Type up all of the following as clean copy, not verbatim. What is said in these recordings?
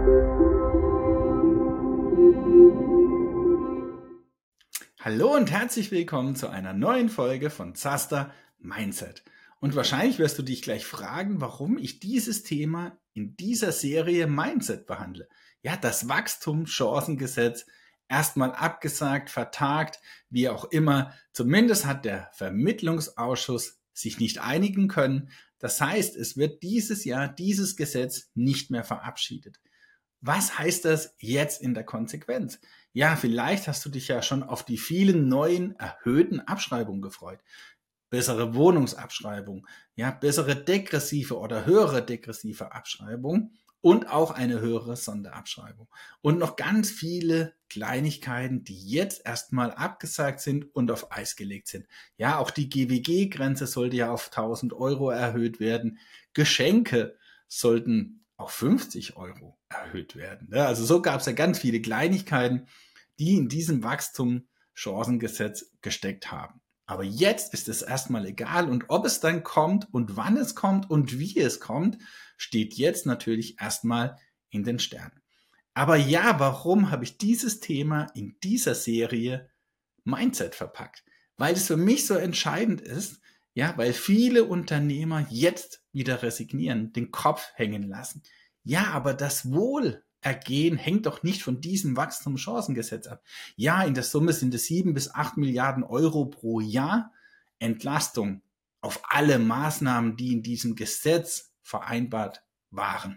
Hallo und herzlich willkommen zu einer neuen Folge von Zaster Mindset. Und wahrscheinlich wirst du dich gleich fragen, warum ich dieses Thema in dieser Serie Mindset behandle. Ja, das Wachstum-Chancengesetz, erstmal abgesagt, vertagt, wie auch immer. Zumindest hat der Vermittlungsausschuss sich nicht einigen können. Das heißt, es wird dieses Jahr dieses Gesetz nicht mehr verabschiedet. Was heißt das jetzt in der Konsequenz? Ja, vielleicht hast du dich ja schon auf die vielen neuen erhöhten Abschreibungen gefreut. Bessere Wohnungsabschreibung, ja, bessere degressive oder höhere degressive Abschreibung und auch eine höhere Sonderabschreibung. Und noch ganz viele Kleinigkeiten, die jetzt erstmal abgesagt sind und auf Eis gelegt sind. Ja, auch die GWG-Grenze sollte ja auf 1.000 Euro erhöht werden. Geschenke sollten auf 50 Euro erhöht werden. Ja, also so gab es ja ganz viele Kleinigkeiten, die in diesem Wachstum-Chancengesetz gesteckt haben. Aber jetzt ist es erstmal egal und ob es dann kommt und wann es kommt und wie es kommt, steht jetzt natürlich erstmal in den Sternen. Aber ja, warum habe ich dieses Thema in dieser Serie Mindset verpackt? Weil es für mich so entscheidend ist, ja, weil viele Unternehmer jetzt wieder resignieren, den Kopf hängen lassen. Ja, aber das Wohlergehen hängt doch nicht von diesem Wachstumschancengesetz ab. Ja, in der Summe sind es 7 bis 8 Milliarden Euro pro Jahr Entlastung auf alle Maßnahmen, die in diesem Gesetz vereinbart waren.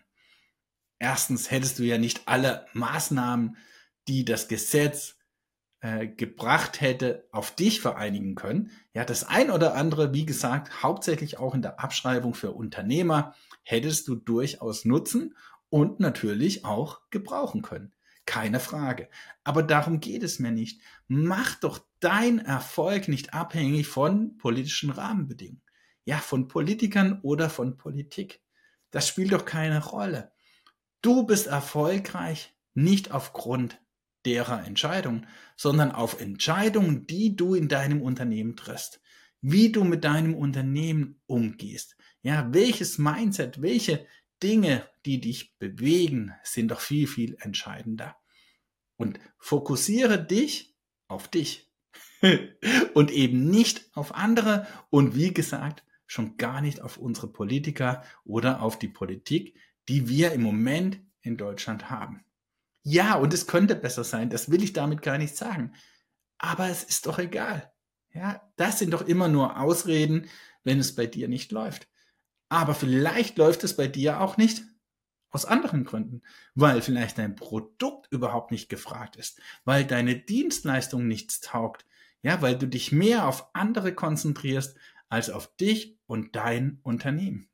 Erstens hättest du ja nicht alle Maßnahmen, die das Gesetz gebracht hätte, auf dich vereinigen können. Ja, das ein oder andere, wie gesagt, hauptsächlich auch in der Abschreibung für Unternehmer, hättest du durchaus nutzen und natürlich auch gebrauchen können. Keine Frage. Aber darum geht es mir nicht. Mach doch dein Erfolg nicht abhängig von politischen Rahmenbedingungen. Ja, von Politikern oder von Politik. Das spielt doch keine Rolle. Du bist erfolgreich nicht aufgrund derer Entscheidungen, sondern auf Entscheidungen, die du in deinem Unternehmen triffst. Wie du mit deinem Unternehmen umgehst. Ja, welches Mindset, welche Dinge, die dich bewegen, sind doch viel, viel entscheidender. Und fokussiere dich auf dich und eben nicht auf andere und wie gesagt, schon gar nicht auf unsere Politiker oder auf die Politik, die wir im Moment in Deutschland haben. Ja, und es könnte besser sein, das will ich damit gar nicht sagen. Aber es ist doch egal. Ja, das sind doch immer nur Ausreden, wenn es bei dir nicht läuft. Aber vielleicht läuft es bei dir auch nicht aus anderen Gründen, weil vielleicht dein Produkt überhaupt nicht gefragt ist, weil deine Dienstleistung nichts taugt, ja, weil du dich mehr auf andere konzentrierst als auf dich und dein Unternehmen.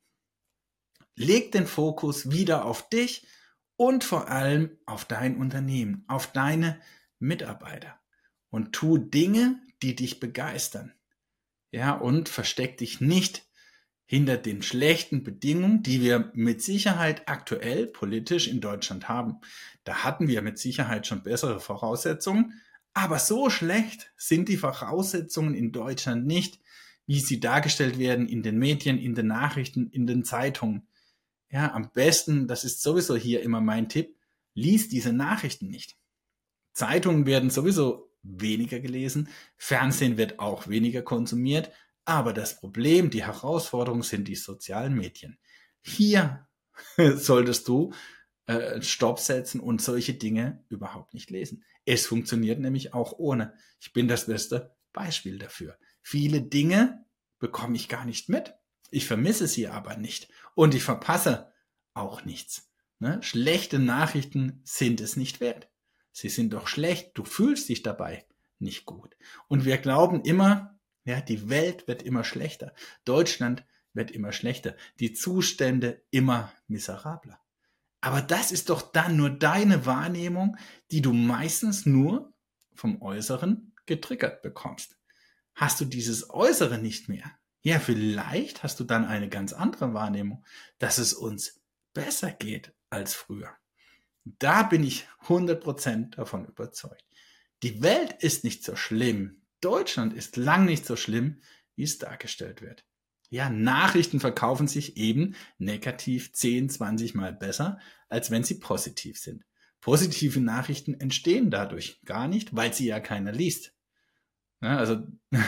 Leg den Fokus wieder auf dich und vor allem auf dein Unternehmen, auf deine Mitarbeiter und tu Dinge, die dich begeistern. Ja, und versteck dich nicht hinter den schlechten Bedingungen, die wir mit Sicherheit aktuell politisch in Deutschland haben. Da hatten wir mit Sicherheit schon bessere Voraussetzungen, aber so schlecht sind die Voraussetzungen in Deutschland nicht, wie sie dargestellt werden in den Medien, in den Nachrichten, in den Zeitungen. Ja, am besten, das ist sowieso hier immer mein Tipp, lies diese Nachrichten nicht. Zeitungen werden sowieso weniger gelesen, Fernsehen wird auch weniger konsumiert, aber das Problem, die Herausforderung sind die sozialen Medien. Hier solltest du Stopp setzen und solche Dinge überhaupt nicht lesen. Es funktioniert nämlich auch ohne. Ich bin das beste Beispiel dafür. Viele Dinge bekomme ich gar nicht mit. Ich vermisse sie aber nicht und ich verpasse auch nichts. Ne? Schlechte Nachrichten sind es nicht wert. Sie sind doch schlecht. Du fühlst dich dabei nicht gut. Und wir glauben immer, ja, die Welt wird immer schlechter. Deutschland wird immer schlechter. Die Zustände immer miserabler. Aber das ist doch dann nur deine Wahrnehmung, die du meistens nur vom Äußeren getriggert bekommst. Hast du dieses Äußere nicht mehr? Ja, vielleicht hast du dann eine ganz andere Wahrnehmung, dass es uns besser geht als früher. Da bin ich 100% davon überzeugt. Die Welt ist nicht so schlimm. Deutschland ist lang nicht so schlimm, wie es dargestellt wird. Ja, Nachrichten verkaufen sich eben negativ 10, 20 Mal besser, als wenn sie positiv sind. Positive Nachrichten entstehen dadurch gar nicht, weil sie ja keiner liest. Ja, also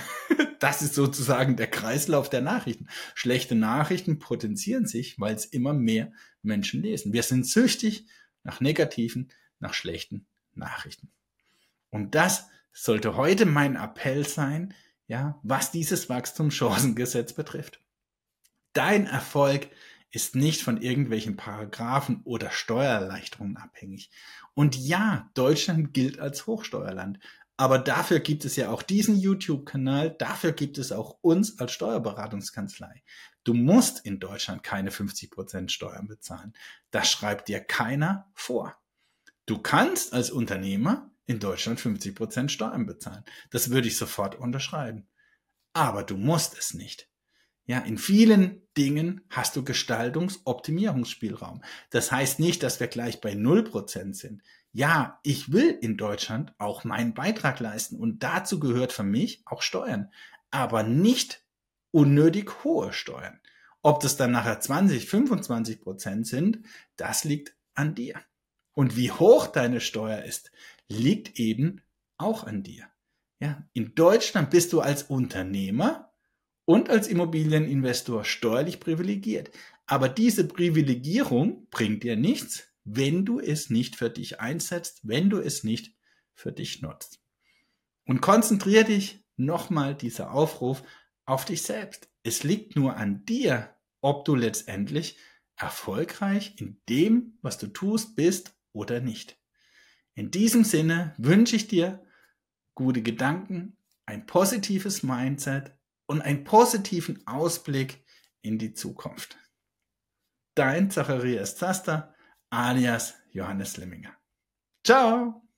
das ist sozusagen der Kreislauf der Nachrichten. Schlechte Nachrichten potenzieren sich, weil es immer mehr Menschen lesen. Wir sind süchtig nach negativen, nach schlechten Nachrichten. Und das sollte heute mein Appell sein, ja, was dieses Wachstumschancengesetz betrifft. Dein Erfolg ist nicht von irgendwelchen Paragraphen oder Steuererleichterungen abhängig. Und ja, Deutschland gilt als Hochsteuerland. Aber dafür gibt es ja auch diesen YouTube-Kanal, dafür gibt es auch uns als Steuerberatungskanzlei. Du musst in Deutschland keine 50% Steuern bezahlen. Das schreibt dir keiner vor. Du kannst als Unternehmer in Deutschland 50% Steuern bezahlen. Das würde ich sofort unterschreiben. Aber du musst es nicht. Ja, in vielen Dingen hast du Gestaltungs-Optimierungsspielraum. Das heißt nicht, dass wir gleich bei 0% sind. Ja, ich will in Deutschland auch meinen Beitrag leisten und dazu gehört für mich auch Steuern, aber nicht unnötig hohe Steuern. Ob das dann nachher 20, 25% sind, das liegt an dir. Und wie hoch deine Steuer ist, liegt eben auch an dir. Ja, in Deutschland bist du als Unternehmer und als Immobilieninvestor steuerlich privilegiert. Aber diese Privilegierung bringt dir nichts, wenn du es nicht für dich einsetzt, wenn du es nicht für dich nutzt. Und konzentriere dich nochmal dieser Aufruf auf dich selbst. Es liegt nur an dir, ob du letztendlich erfolgreich in dem, was du tust, bist oder nicht. In diesem Sinne wünsche ich dir gute Gedanken, ein positives Mindset und einen positiven Ausblick in die Zukunft. Dein Zacharias Zaster alias Johannes Lemminger. Ciao!